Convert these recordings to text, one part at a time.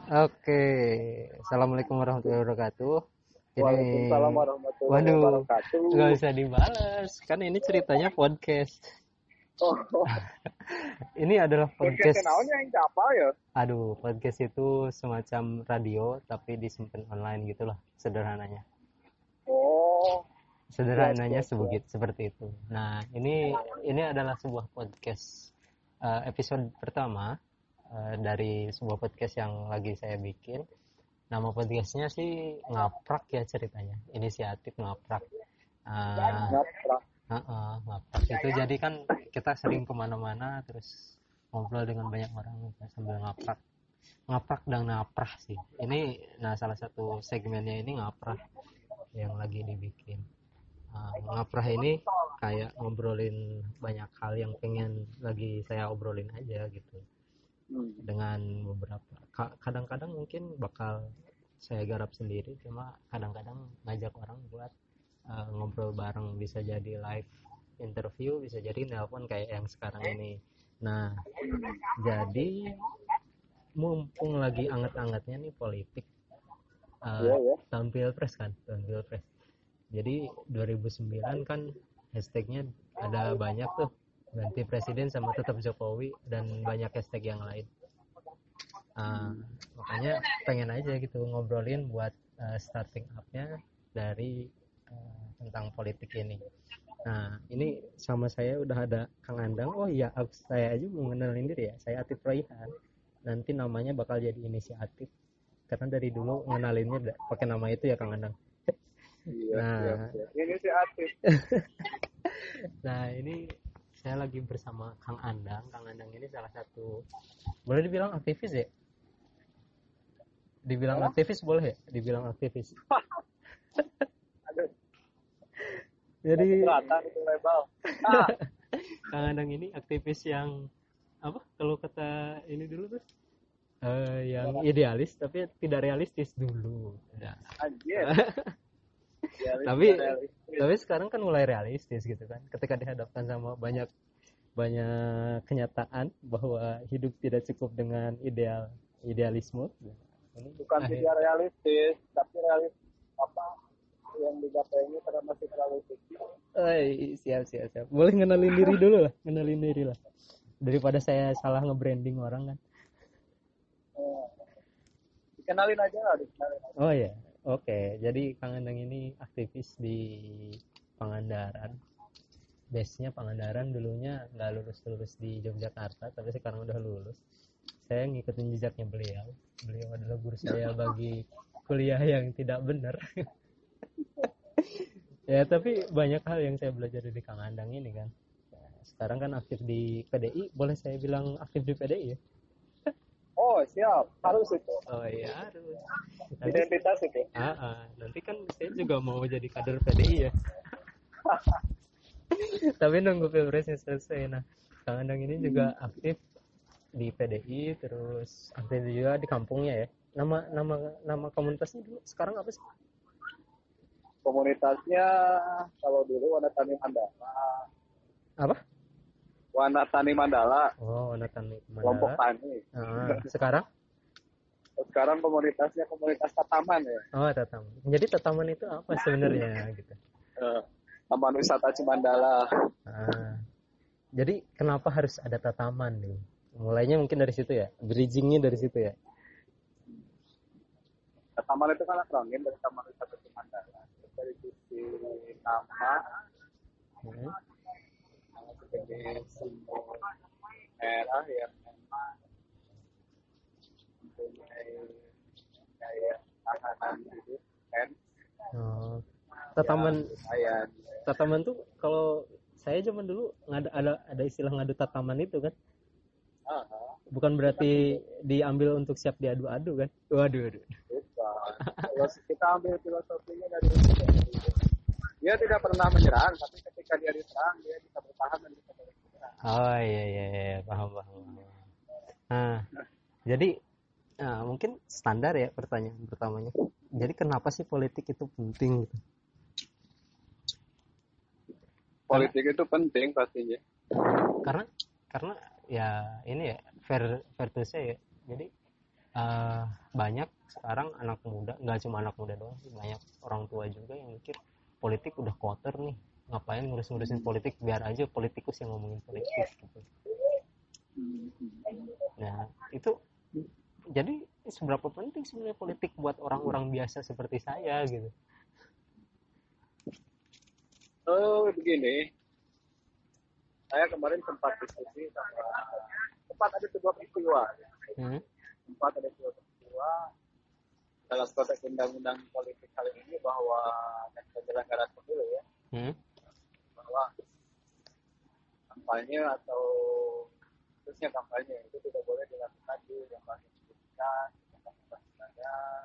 Oke, assalamualaikum warahmatullahi wabarakatuh. Ini, Waalaikumsalam warahmatullahi waduh, nggak wabarakatuh. bisa dibalas. Kan ini ceritanya podcast. Oh, Ini adalah podcast podcast. naon yang capal ya? Aduh, podcast itu semacam radio tapi disimpan online gitulah, sederhananya. Oh, siap, Sederhananya siap, siap. seperti itu. Nah, ini adalah sebuah podcast episode pertama dari sebuah podcast yang lagi saya bikin. Nama podcastnya sih Ngaprak ya ceritanya. Inisiatif Ngaprak. Uh, Ngaprak. Ngaprak itu jadi kan kita sering kemana-mana terus ngobrol dengan banyak orang sambil ngaprak. Ngaprak dan naprah sih. Ini salah satu segmennya ini ngaprak yang lagi dibikin. Ngaprah ini kayak ngobrolin banyak hal yang pengen lagi saya obrolin aja gitu dengan beberapa kadang-kadang mungkin bakal saya garap sendiri, cuma kadang-kadang ngajak orang buat ngobrol bareng, bisa jadi live interview, bisa jadi nelpon kayak yang sekarang ini. Nah, jadi mumpung lagi anget-angetnya nih politik, tahun pilpres kan, tahun pilpres. Jadi 2009 kan hashtagnya ada banyak tuh, ganti presiden sama tetap Jokowi dan banyak hashtag yang lain. Makanya pengen aja gitu ngobrolin buat starting up-nya dari tentang politik ini. Nah, ini sama saya udah ada Kang Andang. Oh iya, saya aja mau ngenalin diri ya. Saya Atif Raihan. Nanti namanya bakal jadi inisiatif. Karena dari dulu ngenalinnya pakai nama itu ya Kang Andang. Iya, siap, Nah, siap. Ini si Atif. nah ini saya lagi bersama Kang Andang. Kang Andang ini salah satu, boleh dibilang aktivis ya? Dibilang aktivis boleh ya? Dibilang aktivis. Aduh, Jadi keberatan itu label. Ah, Kang Andang ini aktivis yang apa? Kalau kata ini dulu tuh yang idealis tapi tidak realistis dulu. Nah. anjir. tapi Realistis. tapi sekarang kan mulai realistis gitu kan. Ketika dihadapkan sama banyak banyak kenyataan bahwa hidup tidak cukup dengan idealisme. Ini Bukan tidak realistis, tapi realistis apa yang digapai ini karena masih terlalu kecil. siap siap siap. Boleh ngenalin diri dulu lah, ngenalin diri lah. Daripada saya salah nge-branding orang kan. Dikenalin aja lah, dikenalin aja. Oh ya, oke. Jadi Kang Endang ini aktivis di Pangandaran. Base-nya Pangandaran, dulunya nggak lulus di Yogyakarta, tapi sekarang udah lulus. Saya ngikutin jejaknya beliau. Beliau adalah guru saya bagi kuliah yang tidak benar. Ya, tapi banyak hal yang saya belajar dari Kang Andang ini kan. Sekarang kan aktif di PDI, boleh saya bilang aktif di PDI ya? Oh, siap. Harus itu. Oh iya, harus. Identitas itu. Nanti kan saya juga mau jadi kader PDI ya. Tapi nunggu pilpresnya selesai. Nah, Kang Andang ini juga aktif di PDI, terus aktif juga di kampungnya ya. Nama komunitasnya dulu sekarang apa sih? Komunitasnya kalau dulu Wana Tani Mandala. Apa? Wana Tani Mandala. Oh, Tani Kelompok Mandala. tani. Sekarang? Sekarang komunitasnya komunitas tataman ya. Oh, tataman. Jadi tataman itu apa sebenarnya gitu? Taman Wisata Cimandala. Jadi kenapa harus ada tataman nih? Mulainya mungkin dari situ ya, bridgingnya dari situ ya. Tataman itu kan akronim dari Taman Wisata Cimandala. Dari sisi nama, sebagai simbol merah yang memang mempunyai kayak tahanan hidup kan. Tataman tuh kalau saya zaman dulu ada istilah ngadu tataman itu kan. Bukan berarti diambil untuk siap diadu-adu kan? Waduh. Kalau kita ambil filosofinya dari dia tidak pernah menyerang, tapi ketika dia diserang dia bisa bertahan dan bisa bergerak. Oh iya, paham. Nah, jadi mungkin standar ya pertanyaan pertamanya. Jadi kenapa sih politik itu penting gitu? Politik itu penting pastinya. Karena ya ini ya fair to say ya. Jadi banyak sekarang anak muda, nggak cuma anak muda doang sih, banyak orang tua juga yang mikir politik udah kotor nih, ngapain ngurus-ngurusin politik, biar aja politikus yang ngomongin politik gitu. Nah itu jadi seberapa penting sebenarnya politik buat orang-orang biasa seperti saya gitu. Begini, saya kemarin sempat diskusi sempat ada sebuah peristiwa. Sempat ada sebuah peristiwa dalam konteks undang-undang politik kali ini bahwa penyelenggaraan pemilu ya, bahwa kampanye atau khususnya kampanye itu tidak boleh dilakukan di lembaga pendidikan, tempat ibadah,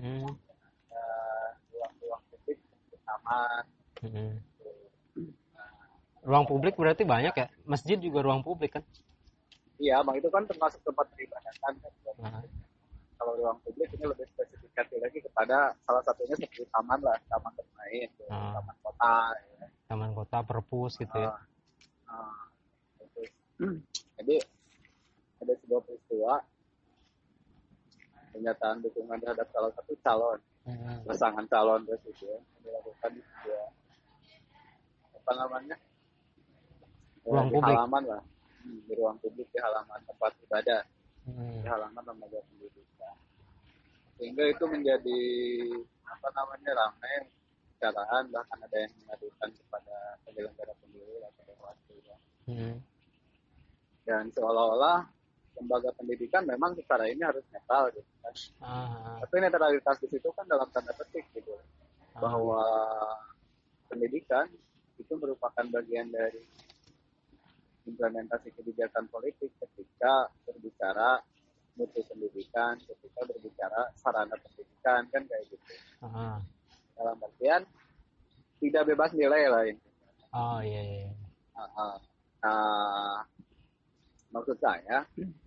ruang-ruang publik seperti taman. Ruang publik berarti banyak ya, masjid juga ruang publik kan? Iya, bang, itu kan termasuk tempat peribadatan kan. Kalau ruang publik ini lebih spesifikasi lagi kepada salah satunya seperti taman lah, taman bermain, taman kota. Ya. Taman kota, perpus gitu ya. Jadi ada sebuah peristiwa pernyataan dukungan terhadap salah satu calon, pasangan calon presiden dilakukan di sebuah ruang di publik. Halaman lah, di ruang publik, di halaman tempat ibadah, di halaman lembaga pendidikan, sehingga itu menjadi ramai pembicaraan, bahkan ada yang mengadukan kepada penyelenggara pemilu atau Bawaslu ya. Dan seolah-olah lembaga pendidikan memang secara ini harus netral gitu kan. Tapi netralitas di situ kan dalam tanda petik gitu, bahwa pendidikan itu merupakan bagian dari implementasi kebijakan politik ketika berbicara mutu pendidikan, ketika berbicara sarana pendidikan kan kayak gitu. Dalam artian tidak bebas nilai lah ini. Iya. Nah, maksud saya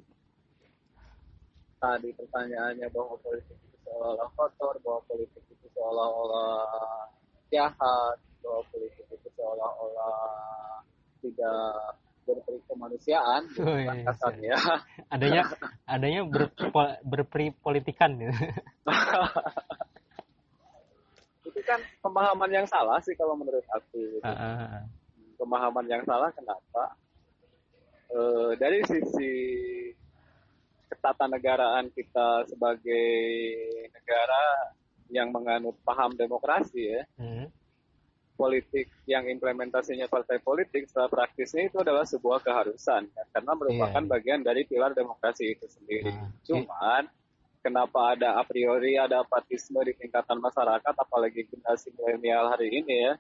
tadi pertanyaannya bahwa politik itu seolah-olah kotor, bahwa politik itu seolah-olah jahat, bahwa politik itu seolah-olah tidak berperi kemanusiaan, kasarnya. Adanya berpolitikan gitu. Itu kan pemahaman yang salah sih kalau menurut aku. Pemahaman yang salah kenapa? Dari sisi ketatanegaraan kita sebagai negara yang menganut paham demokrasi ya, politik yang implementasinya partai politik secara praktisnya itu adalah sebuah keharusan kan? Karena merupakan bagian dari pilar demokrasi itu sendiri. Cuman kenapa ada a priori ada apatisme di tingkatan masyarakat, apalagi generasi milenial hari ini ya?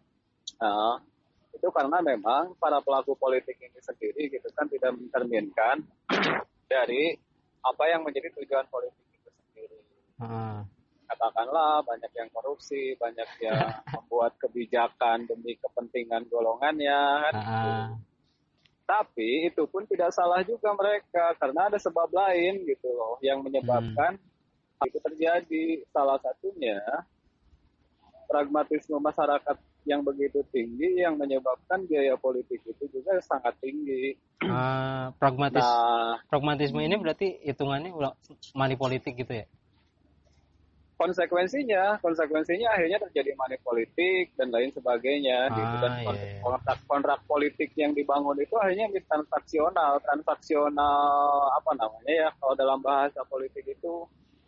Itu karena memang para pelaku politik ini sendiri gitu kan tidak mencerminkan dari apa yang menjadi tujuan politik itu sendiri. Katakanlah banyak yang korupsi, banyak yang membuat kebijakan demi kepentingan golongannya kan. Tapi itu pun tidak salah juga mereka, karena ada sebab lain gitu loh yang menyebabkan itu terjadi. Salah satunya pragmatisme masyarakat yang begitu tinggi yang menyebabkan biaya politik itu juga sangat tinggi. Pragmatisme ini berarti hitungannya money politik gitu ya? Konsekuensinya akhirnya terjadi money politik dan lain sebagainya gitu. Dan kontrak politik yang dibangun itu akhirnya transaksional kalau dalam bahasa politik itu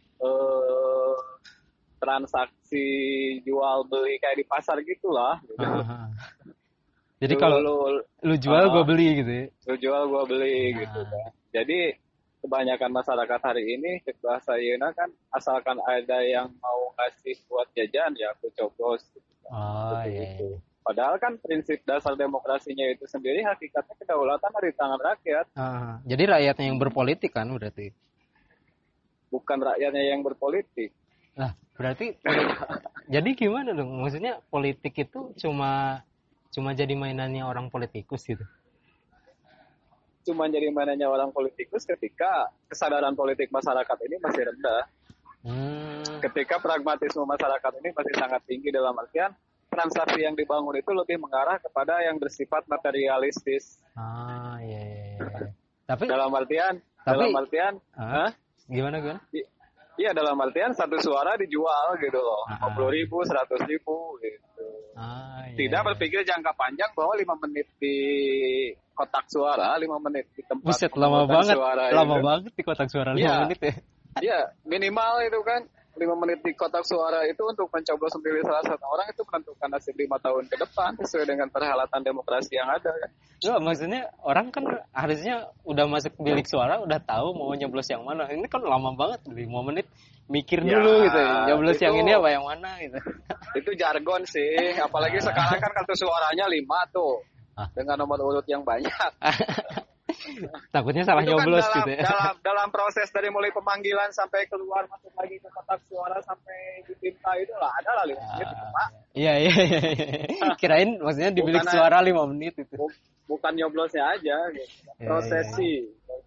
transaksi jual beli kayak di pasar gitulah gitu. Jadi kalau lu jual gue beli gitu ya. Lu jual gue beli gitu kan. Jadi kebanyakan masyarakat hari ini bahasa Yeuna kan asalkan ada yang mau ngasih buat jajan ya aku coblos gitu. Gitu. Padahal kan prinsip dasar demokrasinya itu sendiri hakikatnya kedaulatan ada di tangan rakyat. Jadi rakyatnya yang berpolitik kan berarti? Bukan rakyatnya yang berpolitik. Lah berarti jadi gimana dong? Maksudnya politik itu cuma jadi mainannya orang politikus gitu? Cuma jadi mainannya orang politikus ketika kesadaran politik masyarakat ini masih rendah. Ketika pragmatisme masyarakat ini masih sangat tinggi, dalam artian transaksi yang dibangun itu lebih mengarah kepada yang bersifat materialistis. Iya. Tapi dalam artian Gimana? Iya, dalam artian satu suara dijual gitu loh, 50.000, 100.000 gitu. Tidak berpikir jangka panjang bahwa 5 menit di kotak suara, 5 menit di tempat. Buset, lama banget di kotak suara 5 menit ya. Iya, minimal itu kan 5 menit di kotak suara itu untuk mencoblos memilih salah satu orang itu menentukan nasib 5 tahun ke depan sesuai dengan perhelatan demokrasi yang ada kan. Ya, maksudnya orang kan harusnya udah masuk bilik suara udah tahu mau nyoblos yang mana. Ini kan lama banget 5 menit mikir dulu gitu. Nyoblos yang ini apa yang mana gitu. Itu jargon sih, apalagi sekarang kan kartu suaranya 5 tuh. Dengan nomor urut yang banyak. Takutnya salah nyoblos kan gitu ya. Dalam proses dari mulai pemanggilan sampai keluar masuk lagi ke kotak suara sampai ditinta itu lah ada lah 5 menit itu, Pak. Iya. Kirain maksudnya di bilik suara 5 menit itu. Bukan nyoblosnya aja gitu. Prosesi.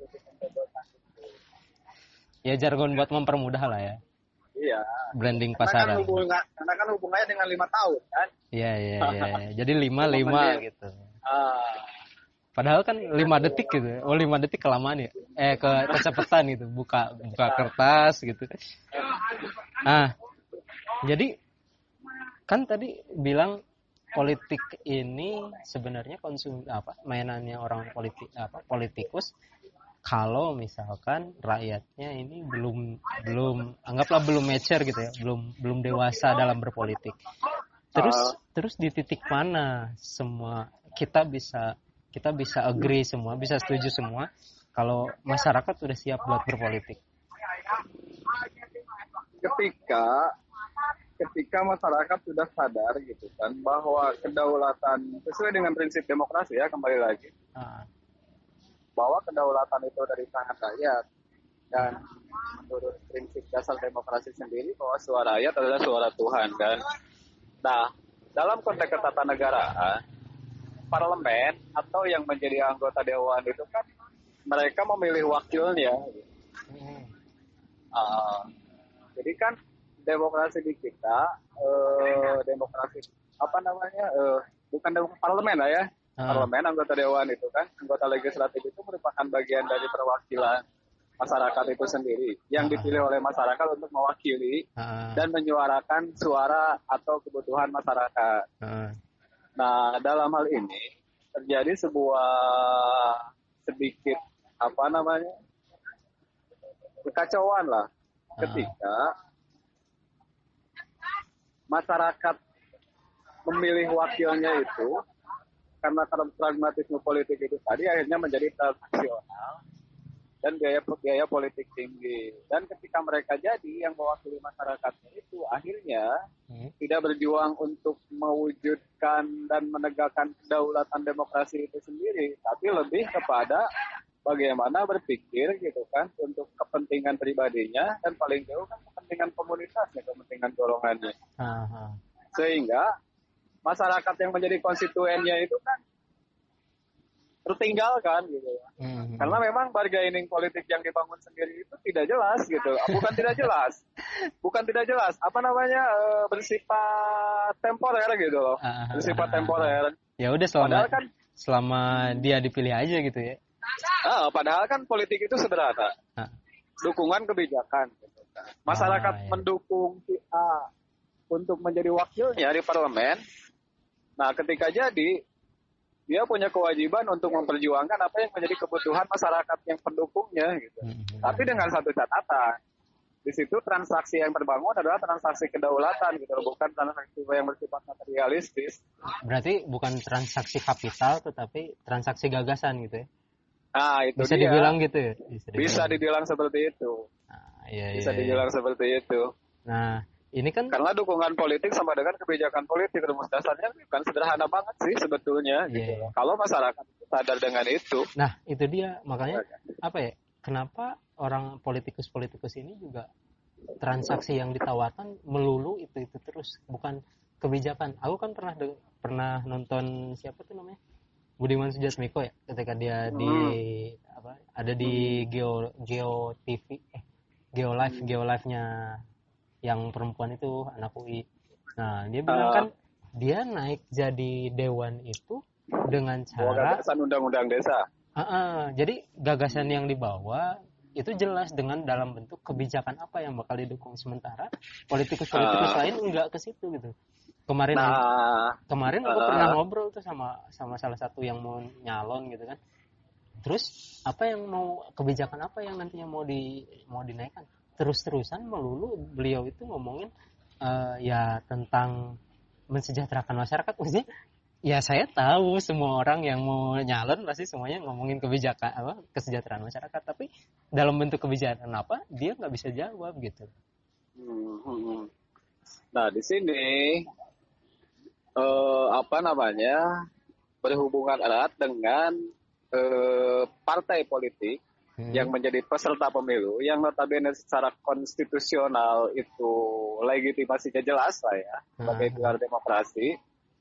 Ya jargon buat mempermudah lah ya. Iya. Branding pasaran. Karena kan hubungannya dengan 5 tahun kan. Iya. Jadi 5 gitu. Padahal kan 5 detik gitu. 5 detik kelamaan ya. Kecepatan gitu. Buka kertas gitu. Jadi kan tadi bilang politik ini sebenarnya mainannya orang politikus kalau misalkan rakyatnya ini belum anggaplah belum mature gitu ya, belum dewasa dalam berpolitik. Terus di titik mana semua kita bisa agree semua, bisa setuju semua kalau masyarakat sudah siap buat berpolitik? Ketika masyarakat sudah sadar gitu kan bahwa kedaulatan sesuai dengan prinsip demokrasi ya, kembali lagi bahwa kedaulatan itu dari tangan rakyat dan menurut prinsip dasar demokrasi sendiri bahwa suara rakyat adalah suara Tuhan kan. Nah, dalam konteks ketatanegaraan parlemen atau yang menjadi anggota dewan itu kan mereka memilih wakilnya. Jadi kan demokrasi di kita, demokrasi bukan demokrasi parlemen lah ya, parlemen anggota dewan itu kan, anggota legislatif itu merupakan bagian dari perwakilan masyarakat itu sendiri yang dipilih oleh masyarakat untuk mewakili dan menyuarakan suara atau kebutuhan masyarakat. Nah, dalam hal ini terjadi sebuah sedikit kekacauan lah ketika masyarakat memilih wakilnya itu karena pragmatisme politik itu tadi akhirnya menjadi transaksional dan biaya politik tinggi. Dan ketika mereka jadi yang mewakili masyarakatnya itu akhirnya tidak berjuang untuk mewujudkan dan menegakkan kedaulatan demokrasi itu sendiri, tapi lebih kepada bagaimana berpikir gitu kan untuk kepentingan pribadinya dan paling jauh kan kepentingan komunitasnya, kepentingan golongannya. Sehingga masyarakat yang menjadi konstituennya itu kan tertinggalkan gitu ya. Karena memang bargaining politik yang dibangun sendiri itu tidak jelas gitu. Bukan tidak jelas. Bersifat temporer gitu loh. Bersifat temporer. Ya udah selama dia dipilih aja gitu ya. Padahal kan politik itu sederhana. Dukungan kebijakan gitu. Masyarakat mendukung si A untuk menjadi wakilnya di parlemen. Nah, ketika jadi dia punya kewajiban untuk memperjuangkan apa yang menjadi kebutuhan masyarakat yang pendukungnya gitu. Tapi dengan satu catatan, di situ transaksi yang terbangun adalah transaksi kedaulatan gitu, bukan transaksi yang bersifat materialistis. Berarti bukan transaksi kapital, tetapi transaksi gagasan gitu ya? Nah, itu bisa dia. Dibilang gitu ya? Bisa dibilang seperti itu. Dibilang seperti itu. Nah, ini kan karena dukungan politik sama dengan kebijakan politik, rumus dasarnya kan sederhana banget sih sebetulnya gitu. Kalau masyarakat sadar dengan itu. Nah, itu dia makanya kenapa orang politikus ini juga transaksi yang ditawarkan melulu itu terus, bukan kebijakan. Aku kan pernah nonton siapa tuh namanya? Budiman Sujatmiko ya, ketika dia ada di Geo TV Geo Live-nya yang perempuan itu anak UI. Nah, dia bilang kan dia naik jadi dewan itu dengan cara gagasan undang-undang desa. Jadi gagasan yang dibawa itu jelas dengan dalam bentuk kebijakan apa yang bakal didukung, sementara politikus lain enggak ke situ gitu. Kemarin aku pernah ngobrol tuh sama salah satu yang mau nyalon gitu kan. Terus kebijakan apa yang nantinya mau dinaikkan? Terus-terusan melulu beliau itu ngomongin ya tentang mensejahterakan masyarakat. Maksudnya ya saya tahu semua orang yang mau nyalon pasti semuanya ngomongin kebijakan kesejahteraan masyarakat, tapi dalam bentuk kebijakan apa dia nggak bisa jawab gitu. Nah di sini berhubungan erat dengan partai politik yang menjadi peserta pemilu, yang notabene secara konstitusional itu legitimasinya jelas lah ya sebagai pilar demokrasi.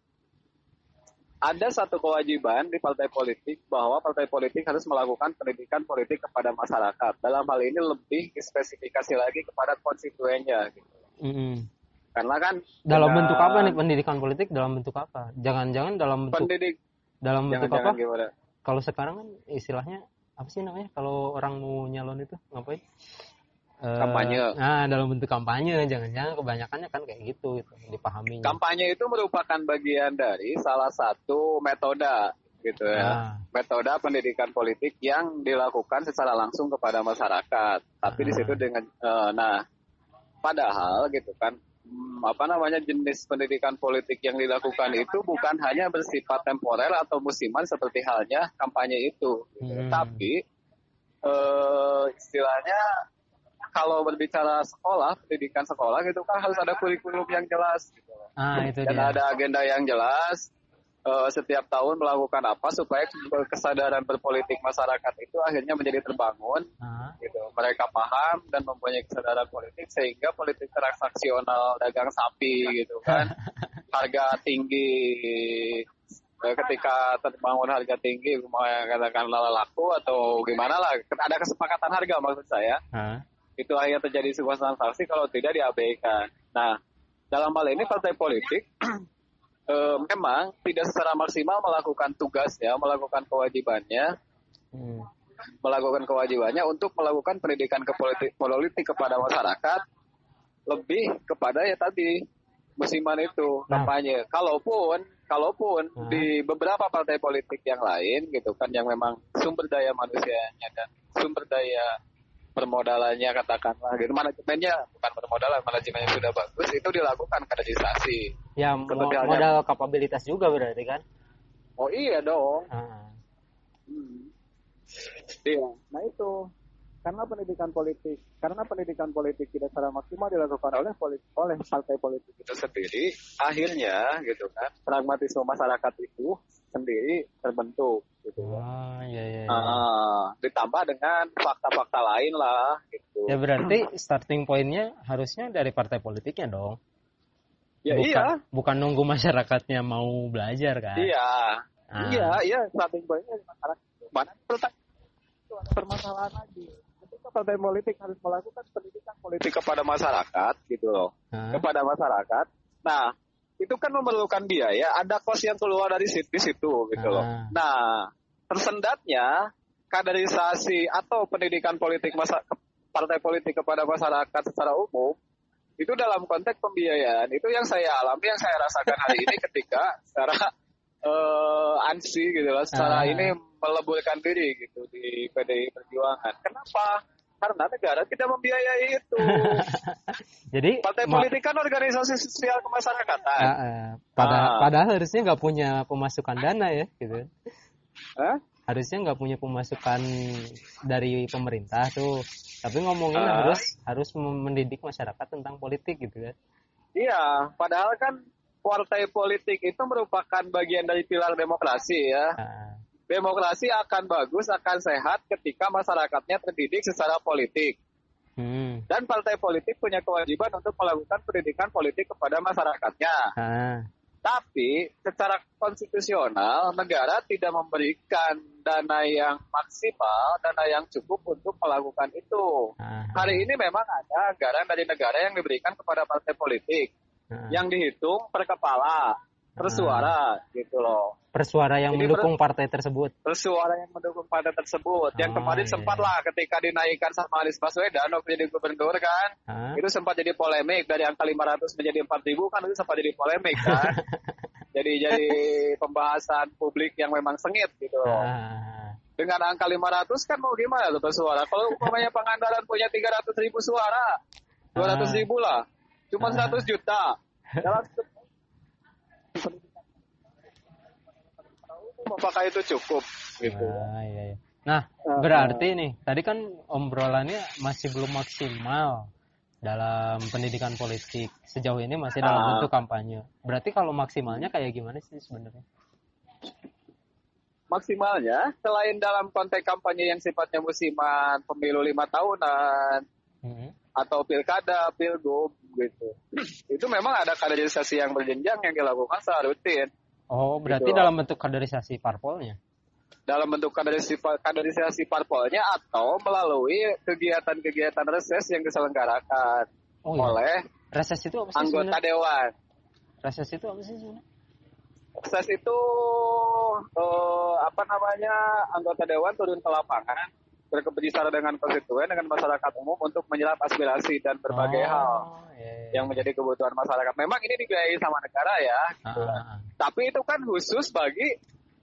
Ada satu kewajiban di partai politik bahwa partai politik harus melakukan pendidikan politik kepada masyarakat. Dalam hal ini lebih spesifikasi lagi kepada konstituennya. Gitu. Karena kan dalam bentuk apa nih pendidikan politik? Dalam bentuk apa? Jangan-jangan dalam bentuk dalam bentuk apa? Gimana? Kalau sekarang kan istilahnya apa sih namanya? Kalau orang mau nyalon itu ngapain? Kampanye. Nah, dalam bentuk kampanye, jangan-jangan kebanyakannya kan kayak gitu dipahami. Kampanye itu merupakan bagian dari salah satu metode gitu ya. Metode pendidikan politik yang dilakukan secara langsung kepada masyarakat. Tapi di situ dengan padahal gitu kan jenis pendidikan politik yang dilakukan itu bukan hanya bersifat temporer atau musiman seperti halnya kampanye itu. Gitu. Tapi istilahnya kalau berbicara sekolah, pendidikan sekolah gitu kan harus ada kurikulum yang jelas gitu. Dan ada agenda yang jelas. Setiap tahun melakukan apa supaya kesadaran berpolitik masyarakat itu akhirnya menjadi terbangun. Gitu. Mereka paham dan mempunyai kesadaran politik sehingga politik transaksional dagang sapi gitu kan. Harga tinggi. Ketika terbangun harga tinggi, katakanlah laku atau gimana lah. Ada kesepakatan harga maksud saya. Itu akhirnya terjadi sebuah transaksi kalau tidak diabaikan. Nah, dalam hal ini partai politik memang tidak secara maksimal melakukan tugasnya, melakukan kewajibannya untuk melakukan pendidikan politik kepada masyarakat, lebih kepada ya tadi musiman itu kampanye. Kalaupun di beberapa partai politik yang lain gitu kan yang memang sumber daya manusianya dan sumber daya permodalannya katakanlah gitu, manajemennya bukan permodalan, manajemennya sudah bagus, itu dilakukan kaderisasi. Ya modal kapabilitas juga berarti kan? Oh iya dong. Iya, nah itu karena pendidikan politik tidak secara maksimal dilakukan oleh partai politik itu sendiri, akhirnya gitu kan pragmatisme masyarakat itu sendiri terbentuk gitu. Iya. Ditambah dengan fakta-fakta lain lah gitu. Ya berarti starting point-nya harusnya dari partai politiknya dong. Ya bukan nunggu masyarakatnya mau belajar kan? Iya, starting point-nya di masyarakat. Mana itu ada permasalahan lagi. Ketika partai politik harus melakukan pendidikan politik kepada masyarakat gitu loh. Kepada masyarakat. Nah, itu kan memerlukan biaya, ada kos yang keluar dari situ gitu loh. Nah, tersendatnya kaderisasi atau pendidikan politik partai politik kepada masyarakat secara umum itu dalam konteks pembiayaan itu yang saya alami, yang saya rasakan hari ini ketika secara ANSI gitu loh, secara ini meleburkan diri gitu di PDI Perjuangan. Kenapa? Karena negara tidak membiayai itu. Jadi partai politik kan organisasi sosial kemasyarakatan. Padahal harusnya nggak punya pemasukan dana ya, gitu. Harusnya nggak punya pemasukan dari pemerintah tuh. Tapi ngomongin harus mendidik masyarakat tentang politik gitu kan. Iya, padahal kan partai politik itu merupakan bagian dari pilar demokrasi ya. Demokrasi akan bagus, akan sehat ketika masyarakatnya terdidik secara politik. Dan partai politik punya kewajiban untuk melakukan pendidikan politik kepada masyarakatnya. Tapi secara konstitusional negara tidak memberikan dana yang maksimal, dana yang cukup untuk melakukan itu. Hari ini memang ada anggaran dari negara yang diberikan kepada partai politik yang dihitung per kepala. Bersuara gitu loh. Bersuara yang Jadi mendukung partai tersebut. Bersuara yang mendukung partai tersebut. Yang kemarin sempat lah ketika dinaikkan sama Anies Baswedan waktu jadi gubernur kan. Itu sempat jadi polemik dari angka 500 menjadi 4.000 kan, itu sempat jadi polemik kan. jadi pembahasan publik yang memang sengit gitu loh. Dengan angka 500 kan mau gimana tuh bersuara? Kalau umpamanya Pangandaran punya 300.000 suara, 200.000 lah. Cuma 100 juta. Apakah itu cukup gitu. Iya. Nah, berarti nih tadi kan obrolannya masih belum maksimal dalam pendidikan politik. Sejauh ini masih dalam bentuk kampanye. Berarti kalau maksimalnya kayak gimana sih sebenarnya? Maksimalnya selain dalam konteks kampanye yang sifatnya musiman, pemilu 5 tahunan, atau pilkada, pilgub gitu. Itu memang ada kaderisasi yang berjenjang yang dilakukan secara rutin. Oh, berarti gitu. Dalam bentuk kaderisasi parpolnya? Dalam bentuk kaderisasi parpolnya atau melalui kegiatan-kegiatan reses yang diselenggarakan oleh reses itu apa sih anggota sebenarnya? dewan. Reses itu apa sih sebenarnya? Reses itu anggota dewan turun ke lapangan berbicara dengan konstituen, dengan masyarakat umum untuk menyerap aspirasi dan berbagai hal yang menjadi kebutuhan masyarakat. Memang ini dibiayai sama negara ya, gitu. Tapi itu kan khusus bagi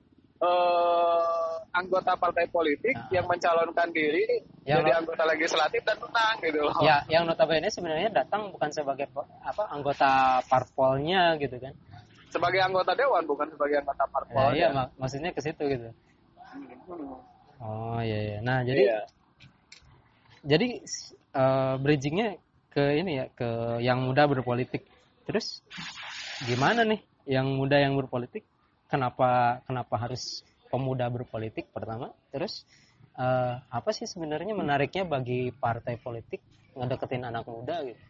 anggota partai politik yang mencalonkan diri jadi anggota legislatif dan menang gitu loh. Ya, yang notabene sebenarnya datang bukan sebagai anggota parpolnya gitu kan. Sebagai anggota dewan, bukan sebagai anggota parpol. Iya, maksudnya ke situ gitu. Oh iya. Nah jadi bridgingnya ke ini ya, ke yang muda berpolitik. Terus gimana nih yang muda yang berpolitik? Kenapa harus pemuda berpolitik pertama? Terus apa sih sebenarnya menariknya bagi partai politik ngedeketin anak muda gitu?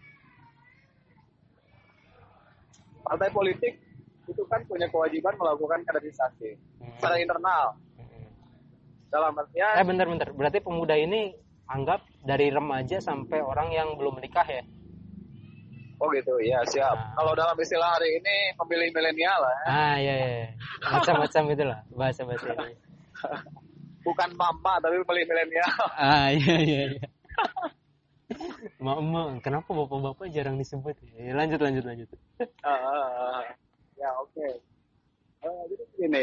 Partai politik itu kan punya kewajiban melakukan kaderisasi secara internal. Dalam artian bentar. Berarti pemuda ini anggap dari remaja sampai orang yang belum menikah ya? Oh gitu, ya siap. Kalau dalam istilah hari ini pemilih milenial lah. Iya. Macam-macam itulah bahasa-bahasa ini. Bukan mama tapi pemilih milenial. Iya. Mama, kenapa bapak-bapak jarang disebut? Ya, lanjut. Ya oke. Jadi gini.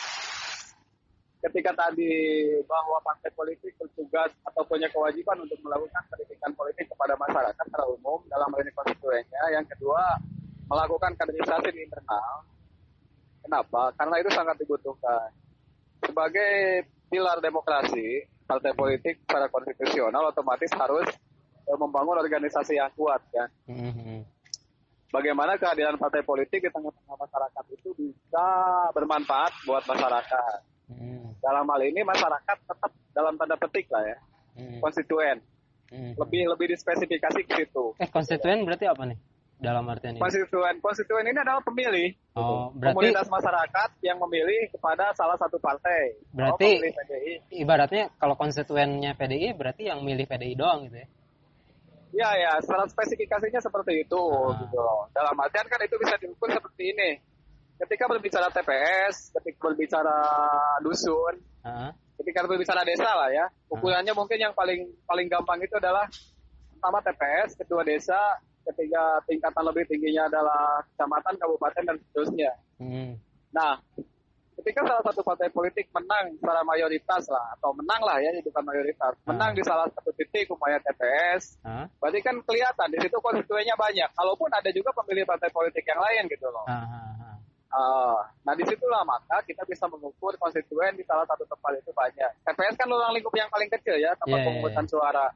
Ketika tadi bahwa partai politik bertugas atau punya kewajiban untuk melakukan pendidikan politik kepada masyarakat secara umum dalam hal ini konstituennya. Yang kedua, melakukan kaderisasi di internal. Kenapa? Karena itu sangat dibutuhkan. Sebagai pilar demokrasi, partai politik secara konstitusional otomatis harus membangun organisasi yang kuat kan. Bagaimana kehadiran partai politik di tengah-tengah masyarakat itu bisa bermanfaat buat masyarakat. Dalam hal ini masyarakat tetap dalam tanda petik lah ya, konstituen. Lebih dispesifikasi ke situ. Konstituen berarti apa nih? Dalam artian ini? Konstituen ini adalah pemilih. Berarti komunitas masyarakat yang memilih kepada salah satu partai. Berarti ibaratnya kalau konstituennya PDI berarti yang milih PDI doang gitu ya? Ya, secara spesifikasinya seperti itu gitu loh. Dalam artian kan itu bisa diukur seperti ini. Ketika berbicara TPS, ketika berbicara dusun, ketika berbicara desa lah ya, ukurannya mungkin yang paling gampang itu adalah pertama TPS, kedua desa, ketiga tingkatan lebih tingginya adalah kecamatan, kabupaten dan seterusnya. Nah, ketika salah satu partai politik menang secara mayoritas lah, atau menang lah ya, bukan mayoritas, menang di salah satu titik umpamanya TPS, berarti kan kelihatan di situ konstituennya banyak. Kalaupun ada juga pemilih partai politik yang lain gitu loh. Nah disitulah maka kita bisa mengukur konstituen di salah satu tempat itu banyak. TPS kan ruang lingkup yang paling kecil ya, tempat pemungutan suara.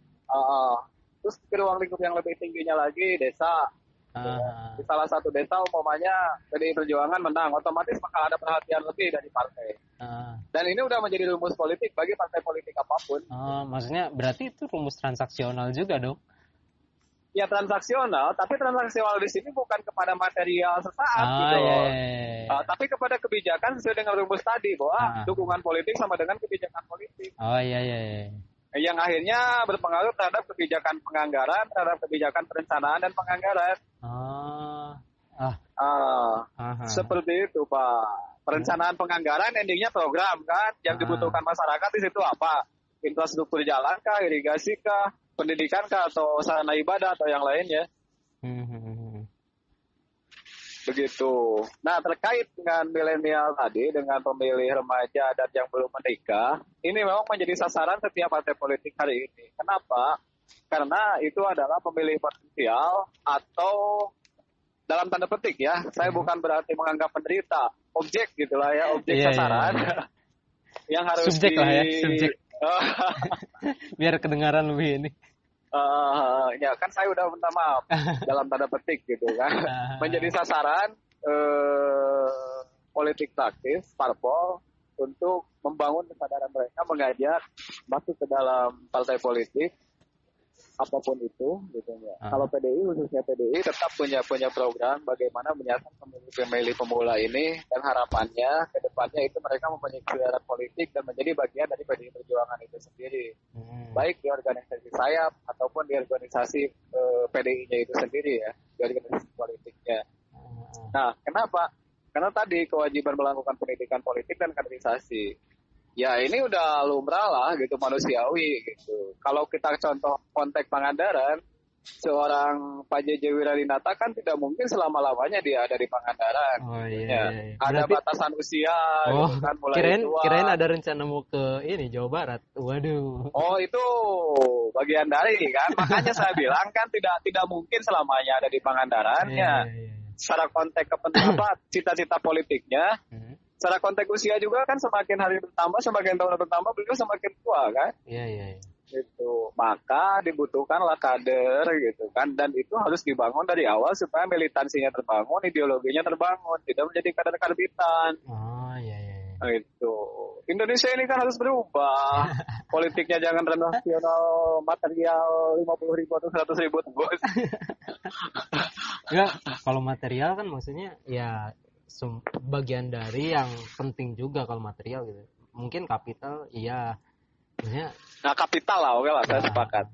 Terus di ruang lingkup yang lebih tingginya lagi desa. Di salah satu desa umpamanya PDI Perjuangan menang, otomatis maka ada perhatian lebih dari partai. Dan ini udah menjadi rumus politik bagi partai politik apapun. Maksudnya berarti itu rumus transaksional juga dong? Ya transaksional, tapi transaksional di sini bukan kepada material sesaat gitu. Tapi kepada kebijakan sesuai dengan rumus tadi bahwa dukungan politik sama dengan kebijakan politik. Yang akhirnya berpengaruh terhadap kebijakan penganggaran, terhadap kebijakan perencanaan dan penganggaran. Seperti itu Pak. Perencanaan penganggaran endingnya program kan. Yang dibutuhkan masyarakat di situ apa? Infrastruktur jalan kah, irigasi kah, pendidikan kah, atau sarana ibadah atau yang lainnya. Begitu. Nah, terkait dengan milenial tadi, dengan pemilih remaja dan yang belum menikah, ini memang menjadi sasaran setiap partai politik hari ini. Kenapa? Karena itu adalah pemilih potensial atau dalam tanda petik ya, saya bukan berarti menganggap penderita, objek gitulah ya, objek sasaran yang harus subjek lah ya, subjek. Biar kedengaran lebih ini. Ya kan saya udah minta maaf dalam tanda petik gitu kan, menjadi sasaran politik praktis parpol untuk membangun kesadaran mereka, mengajak masuk ke dalam partai politik apapun itu gitu ya. Kalau PDI, khususnya PDI tetap punya program bagaimana menyasar pemilih pemula ini, dan harapannya ke depannya itu mereka mempunyai kesadaran politik dan menjadi bagian dari PDI Perjuangan itu sendiri. Baik di organisasi sayap ataupun di organisasi PDI-nya itu sendiri ya, di organisasi politiknya. Nah, kenapa? Karena tadi kewajiban melakukan pendidikan politik dan kaderisasi. Ya ini udah lumrah lah gitu, manusiawi gitu. Kalau kita contoh konteks Pangandaran, seorang Pak JJ Wiradinata kan tidak mungkin selama-lamanya dia ada di Pangandaran. Iya. Ada batasan usia gitu kan, mulai tua. Kirain ada rencana mau ke ini Jawa Barat. Waduh. Oh itu bagian dari kan, makanya saya bilang kan tidak mungkin selamanya ada di Pangandaran ya. Secara konteks cita-cita politiknya. Secara konteks usia juga kan semakin hari bertambah, semakin tahun bertambah, beliau semakin tua kan. Iya. Gitu. Maka dibutuhkanlah kader gitu kan, dan itu harus dibangun dari awal supaya militansinya terbangun, ideologinya terbangun, tidak menjadi kader karbitan. Iya. Gitu. Indonesia ini kan harus berubah. Politiknya jangan transaksional material 50.000 atau 100.000 bos. Ya, kalau material kan maksudnya ya bagian dari yang penting juga kalau material gitu. Mungkin kapital iya. Maksudnya kapital lah, oke lah, saya sepakat.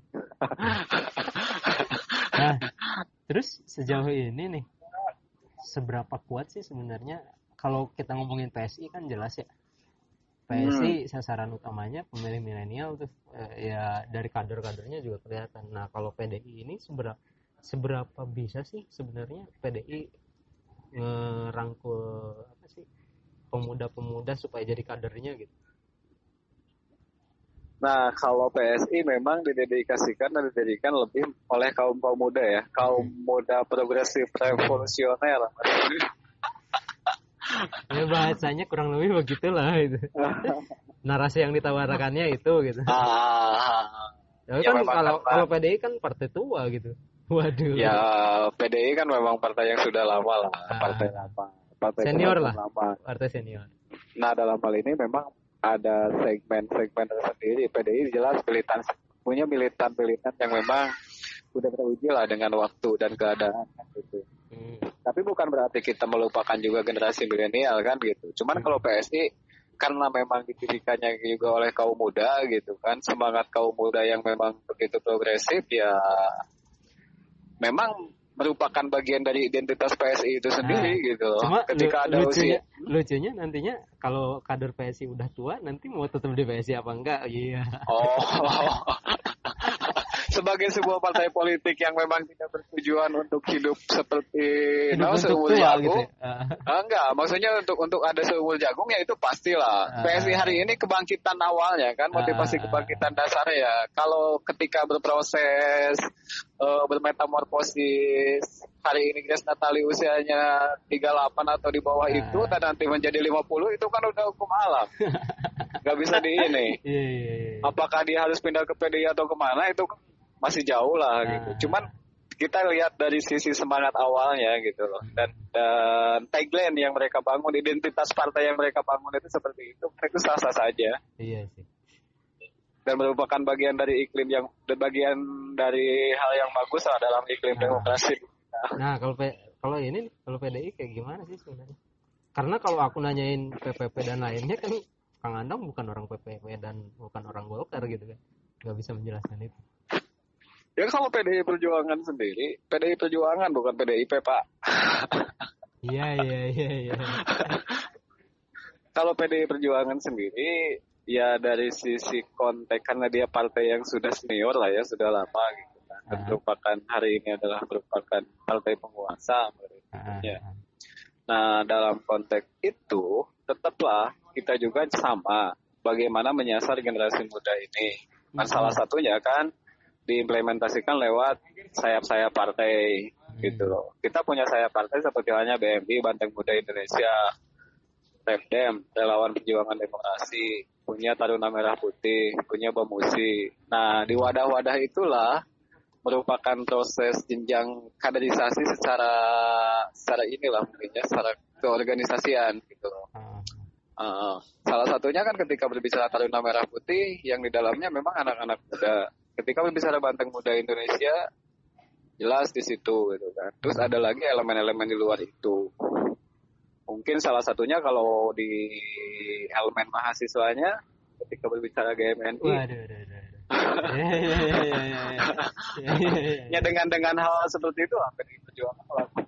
Nah, terus sejauh ini nih seberapa kuat sih sebenarnya kalau kita ngomongin PSI kan jelas ya. PSI sasaran utamanya pemilih milenial tuh ya, dari kader-kadernya juga kelihatan. Nah, kalau PDI ini seberapa bisa sih sebenarnya PDI ngerangkul pemuda-pemuda supaya jadi kadernya gitu. Nah, kalau PSI memang didedikasikan lebih oleh kaum muda ya, kaum muda progresif revolusioner. Ya bahasanya kurang lebih begitulah itu. Narasi yang ditawarkannya itu gitu. Tapi kan kalau PDI kan partai tua gitu. Waduh. Ya PDI kan memang partai yang sudah lama lah, partai lama. Partai senior lah, partai senior. Nah, dalam hal ini memang ada segmen tersendiri. PDI jelas punya militan yang memang sudah teruji lah dengan waktu dan keadaan gitu. Tapi bukan berarti kita melupakan juga generasi milenial kan gitu. Cuman kalau PSI karena memang didirikannya juga oleh kaum muda gitu kan, semangat kaum muda yang memang begitu progresif ya, memang merupakan bagian dari identitas PSI itu sendiri gitu. Cuma ketika ada lucunya nantinya kalau kader PSI udah tua nanti mau tetap di PSI apa enggak? Iya. Sebagai sebuah partai politik yang memang tidak bertujuan untuk hidup seperti seumur jagung. Gitu ya? Enggak, maksudnya untuk ada seumur jagung ya itu pastilah. PSI hari ini kebangkitan awalnya kan, motivasi kebangkitan dasarnya ya. Kalau ketika berproses bermetamorfosis, hari ini Grace Natali usianya 38 atau di bawah itu, dan nanti menjadi 50, itu kan udah hukum alam. Gak bisa di ini. Apakah dia harus pindah ke PDI atau kemana, itu masih jauh lah gitu. Cuman kita lihat dari sisi semangat awalnya gitu loh. Dan tagline yang mereka bangun, identitas partai yang mereka bangun itu seperti itu sah-sah saja. Iya sih. Dan merupakan bagian dari bagian dari hal yang bagus lah dalam iklim demokrasi. Nah, kalau PDI kayak gimana sih sebenarnya? Karena kalau aku nanyain PPP dan lainnya kan Kang Andong bukan orang PPP dan bukan orang Golkar gitu kan. Nggak bisa menjelaskan itu. Ya kalau PDI Perjuangan sendiri, PDI Perjuangan bukan PDIP Pak. Iya. Kalau PDI Perjuangan sendiri, ya dari sisi konteks karena dia partai yang sudah senior lah ya, sudah lama gitu kan. Dan merupakan hari ini adalah merupakan partai penguasa ya. Nah, dalam konteks itu tetaplah kita juga sama bagaimana menyasar generasi muda ini. Nah, salah satunya kan diimplementasikan lewat sayap-sayap partai gitu loh. Kita punya sayap partai seperti halnya BMI, Banteng Muda Indonesia, Repdem, Relawan Perjuangan Demokrasi, punya Taruna Merah Putih, punya Bamusi. Nah, di wadah-wadah itulah merupakan proses jenjang kaderisasi secara inilah mungkin ya, secara keorganisasian gitu loh. Salah satunya kan ketika berbicara Taruna Merah Putih yang di dalamnya memang anak-anak muda. Ketika berbicara Banteng Muda Indonesia jelas di situ gitu kan. Terus ada lagi elemen-elemen di luar itu. Mungkin salah satunya kalau di elemen mahasiswanya ketika berbicara GMNI. Ya dengan hal seperti itu PDI Perjuangan melakukan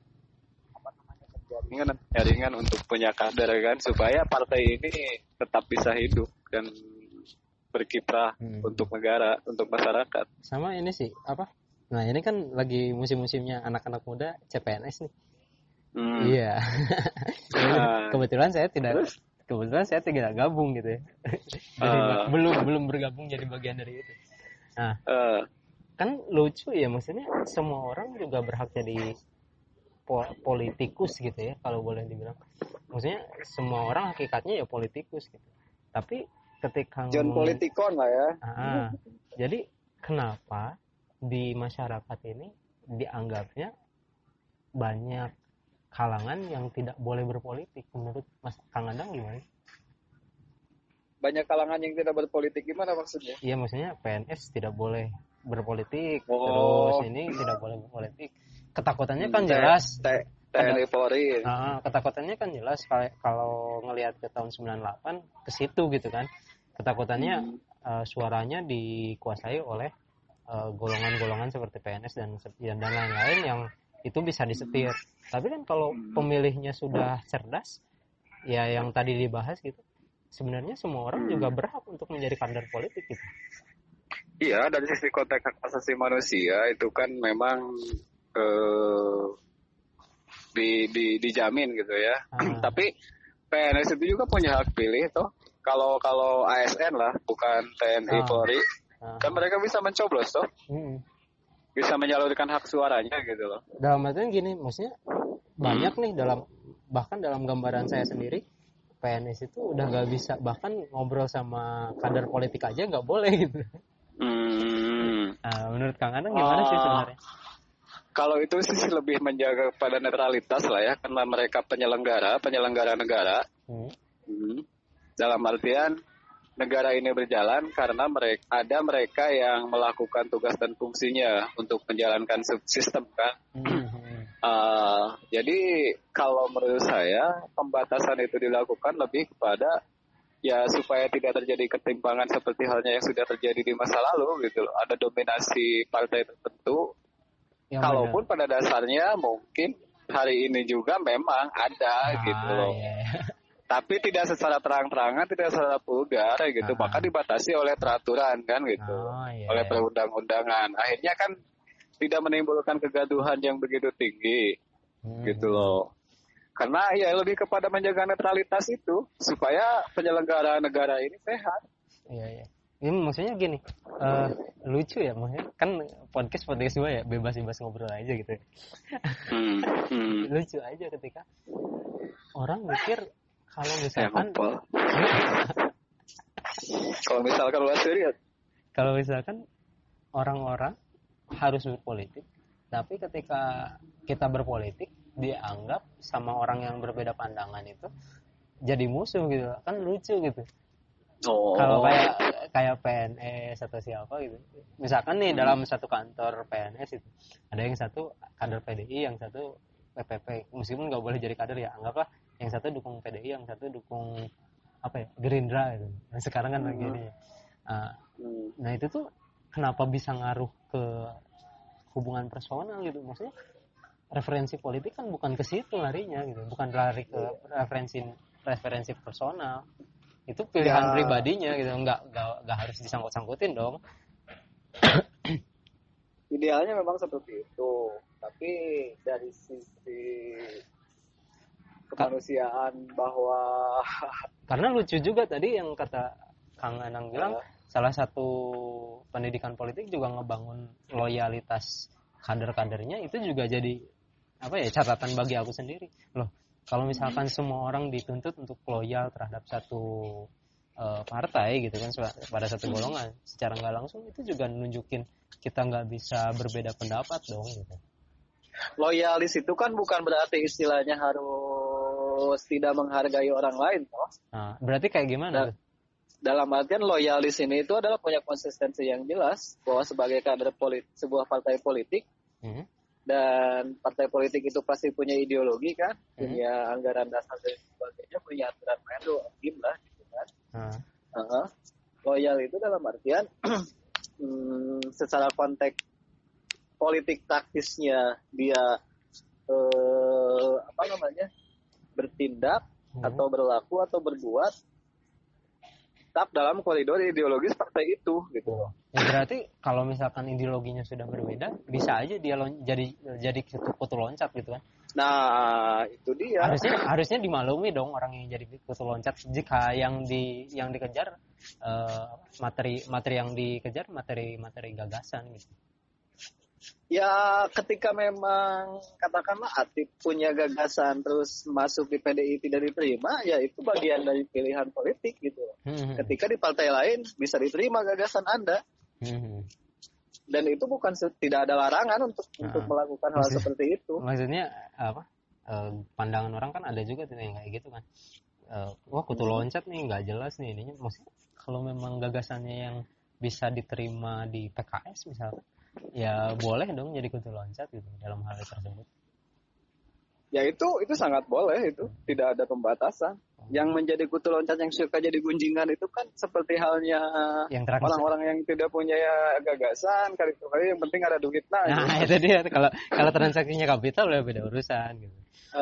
jaringan untuk punya kader kan supaya partai ini tetap bisa hidup dan berkiprah untuk negara, untuk masyarakat. Sama ini sih apa? Nah, ini kan lagi musim-musimnya anak-anak muda CPNS nih. Iya. Kebetulan saya tidak gabung gitu ya. belum bergabung jadi bagian dari itu. Nah, kan lucu ya, maksudnya semua orang juga berhak jadi politikus gitu ya, kalau boleh dibilang. Maksudnya semua orang hakikatnya ya politikus gitu. Tapi ketika John politikon lah ya. Jadi kenapa di masyarakat ini dianggapnya banyak kalangan yang tidak boleh berpolitik? Menurut Mas Kang Adang gimana? Banyak kalangan yang tidak berpolitik gimana maksudnya? Iya, maksudnya PNS tidak boleh berpolitik, terus ini tidak boleh berpolitik. Ketakutannya kan jelas. TNI Polri. Ketakutannya kan jelas kalau ngelihat ke tahun 98 ke situ gitu kan. Ketakutannya suaranya dikuasai oleh golongan-golongan seperti PNS dan lain-lain yang itu bisa disetir. Tapi kan kalau pemilihnya sudah cerdas, ya yang tadi dibahas gitu, sebenarnya semua orang juga berhak untuk menjadi kader politik gitu. Iya, dari sisi konteks hak asasi manusia itu kan memang dijamin gitu ya. Tapi PNS itu juga punya hak pilih toh. Kalau ASN lah, bukan TNI Polri, kan mereka bisa mencoblos toh. Bisa menyalurkan hak suaranya gitu loh. Dalam artian gini, maksudnya banyak nih bahkan dalam gambaran saya sendiri, PNS itu udah gak bisa bahkan ngobrol sama kader politik aja gak boleh gitu. Menurut Kang Anang gimana sih sebenarnya? Kalau itu sih lebih menjaga pada netralitas lah ya, karena mereka penyelenggara negara. Dalam artian negara ini berjalan karena mereka yang melakukan tugas dan fungsinya untuk menjalankan sistem kan. Jadi kalau menurut saya pembatasan itu dilakukan lebih kepada ya supaya tidak terjadi ketimpangan seperti halnya yang sudah terjadi di masa lalu gitu loh. Ada dominasi partai tertentu. Kalaupun pada dasarnya mungkin hari ini juga memang ada gitu loh. Tapi tidak secara terang-terangan, tidak secara vulgar gitu. Maka dibatasi oleh peraturan kan gitu. Oleh perundang-undangan. Akhirnya kan tidak menimbulkan kegaduhan yang begitu tinggi. Gitu loh. Karena ya lebih kepada menjaga netralitas itu supaya penyelenggara negara ini sehat. Iya. Ini maksudnya gini, lucu ya, maksudnya kan podcast gue ya bebas-bebas ngobrol aja gitu. Lucu aja ketika orang mikir kalau misalkan orang-orang harus berpolitik, tapi ketika kita berpolitik dianggap sama orang yang berbeda pandangan itu jadi musuh gitu, kan lucu gitu. Kalau kayak PNS atau siapa gitu, misalkan nih dalam satu kantor PNS itu ada yang satu kader PDI, yang satu PPP, meskipun nggak boleh jadi kader ya, anggaplah yang satu dukung PDI, yang satu dukung Gerindra gitu. Nah, sekarang kan lagi ini ya. Nah itu tuh kenapa bisa ngaruh ke hubungan personal gitu, maksudnya referensi politik kan bukan ke situ larinya gitu, bukan lari ke referensi personal. Itu pilihan pribadinya gitu, nggak harus disangkut-sangkutin dong. Idealnya memang seperti itu, tapi dari sisi kemanusiaan bahwa karena lucu juga tadi yang kata Kang Anang bilang, salah satu pendidikan politik juga ngebangun loyalitas kader-kadernya, itu juga jadi catatan bagi aku sendiri loh. Kalau misalkan semua orang dituntut untuk loyal terhadap satu partai gitu kan, pada satu golongan, secara nggak langsung itu juga nunjukin kita nggak bisa berbeda pendapat dong gitu. Loyalis itu kan bukan berarti istilahnya harus tidak menghargai orang lain toh. Nah, berarti kayak gimana? Dalam artian loyalis ini itu adalah punya konsistensi yang jelas bahwa sebagai kader sebuah partai politik, dan partai politik itu pasti punya ideologi kan, punya anggaran dasar dan sebagainya, punya aturan main lah gitu kan. Loyal itu dalam artian secara konteks politik taktisnya dia bertindak atau berlaku atau berbuat tetap dalam koridor ideologis partai itu gitu. Ya berarti kalau misalkan ideologinya sudah berbeda, bisa aja dia jadi kutu loncat gitu kan. Nah, itu dia. Harusnya dimaklumi dong orang yang jadi kutu loncat jika yang dikejar materi yang dikejar materi gagasan gitu. Ya ketika memang katakanlah Atif punya gagasan terus masuk di PDI tidak diterima, ya itu bagian dari pilihan politik gitu. Ketika di partai lain bisa diterima gagasan Anda. Dan itu bukan tidak ada larangan untuk melakukan hal seperti itu. Maksudnya apa? Pandangan orang kan ada juga tuh yang kayak gitu kan. Wah kutu loncat nih, nggak jelas nih ininya. Maksudnya kalau memang gagasannya yang bisa diterima di PKS misalnya, ya boleh dong jadi kutu loncat gitu dalam hal tersebut. Ya itu sangat boleh, itu tidak ada pembatasan. Yang menjadi kutu loncat yang suka jadi gunjingan itu kan seperti halnya orang-orang yang tidak punya gagasan, kali yang penting ada duit nah itu dia, kalau transaksinya kapital udah beda urusan gitu.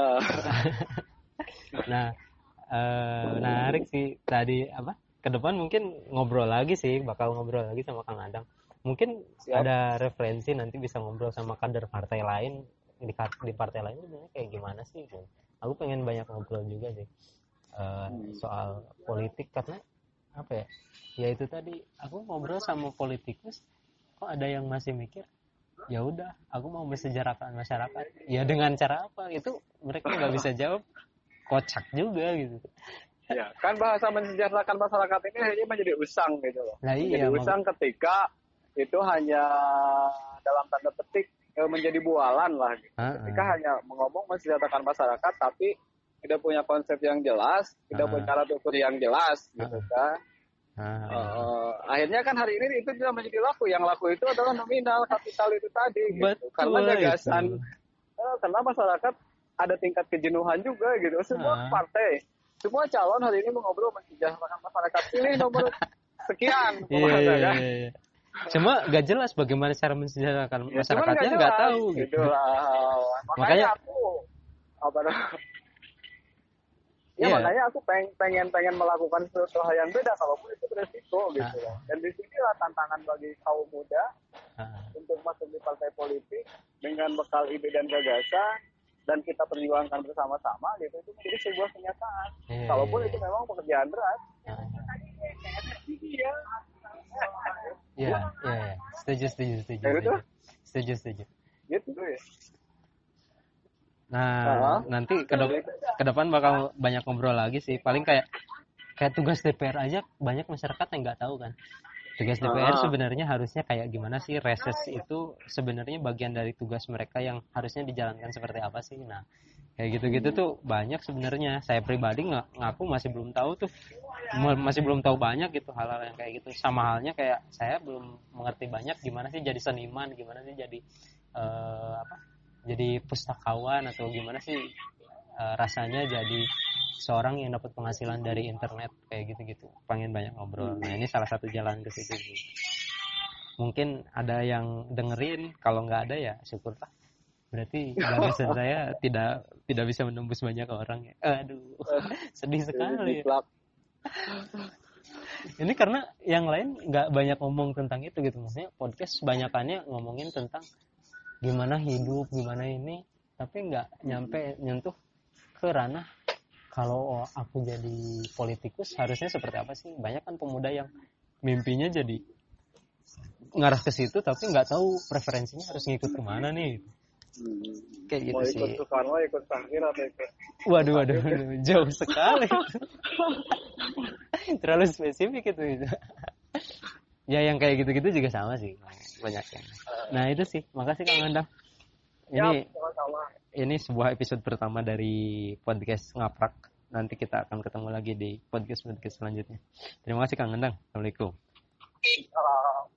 Nah menarik sih tadi ke depan mungkin bakal ngobrol lagi sama Kang Adang. Mungkin ada referensi nanti bisa ngobrol sama kader partai lain di partai lain sebenarnya kayak gimana sih gitu. Aku pengen banyak ngobrol juga sih soal politik, karena ya itu tadi aku ngobrol sama politikus kok ada yang masih mikir ya udah aku mau mensejarahkan masyarakat, ya dengan cara apa itu mereka nggak bisa jawab, kocak juga gitu. Ya kan bahasa mensejarahkan masyarakat ini hanya menjadi usang gitu loh. Nah, menjadi usang ketika itu hanya dalam tanda petik menjadi bualan lah gitu. Ketika hanya ngomong mensejahterakan masyarakat tapi tidak punya konsep yang jelas, tidak punya cara ukur yang jelas gitu kan. Akhirnya kan hari ini itu tidak menjadi laku. Yang laku itu adalah nominal kapital itu tadi gitu. Karena gagasan karena masyarakat ada tingkat kejenuhan juga gitu. Semua partai, semua calon hari ini mengobrol mensejahterakan masyarakat, pilih nomor sekian kan. Cuma gak jelas bagaimana cara mensejahterakan masyarakatnya, nggak tahu gitu. Makanya aku makanya aku pengen melakukan sesuatu hal yang beda, kalaupun itu beresiko gitu. Dan disinilah tantangan bagi kaum muda untuk masuk di partai politik dengan bekal ide dan gagasan, dan kita perjuangkan bersama-sama gitu. Itu menjadi sebuah kenyataan. Kalaupun itu memang pekerjaan berat. Iya. Setuju. Setuju. Gitu ya. Nah, nanti ke depan bakal banyak ngobrol lagi sih. Paling kayak tugas DPR aja banyak masyarakat yang nggak tahu kan. Tugas DPR sebenarnya harusnya kayak gimana sih? Reses itu sebenarnya bagian dari tugas mereka yang harusnya dijalankan seperti apa sih? Nah, kayak gitu-gitu tuh banyak sebenarnya. Saya pribadi ngaku masih belum tahu tuh. Masih belum tahu banyak gitu hal-hal yang kayak gitu. Sama halnya kayak saya belum mengerti banyak gimana sih jadi seniman, gimana sih jadi jadi pustakawan, atau gimana sih rasanya jadi seorang yang dapat penghasilan dari internet kayak gitu-gitu. Pengen banyak ngobrol. Nah, ini salah satu jalan ke situ sih. Mungkin ada yang dengerin, kalau nggak ada ya syukurlah. Berarti gagasan saya tidak bisa menembus banyak orang ya. Aduh, sedih sekali. Ini karena yang lain nggak banyak ngomong tentang itu gitu, maksudnya podcast banyakannya ngomongin tentang gimana hidup, gimana ini, tapi nggak nyampe nyentuh ke ranah kalau aku jadi politikus harusnya seperti apa sih. Banyak kan pemuda yang mimpinya jadi ngarah ke situ tapi nggak tahu preferensinya harus ngikut kemana nih. Kayak gitu sih. Mau ikut Soekarno, ikut Sangkir atau ikut? Waduh, jauh sekali. Terlalu spesifik itu. Ya yang kayak gitu-gitu juga sama sih, banyak yang. Nah itu sih, makasih Kang Andang. Ini sebuah episode pertama dari podcast Ngaprak. Nanti kita akan ketemu lagi di podcast selanjutnya. Terima kasih Kang Andang. Assalamualaikum.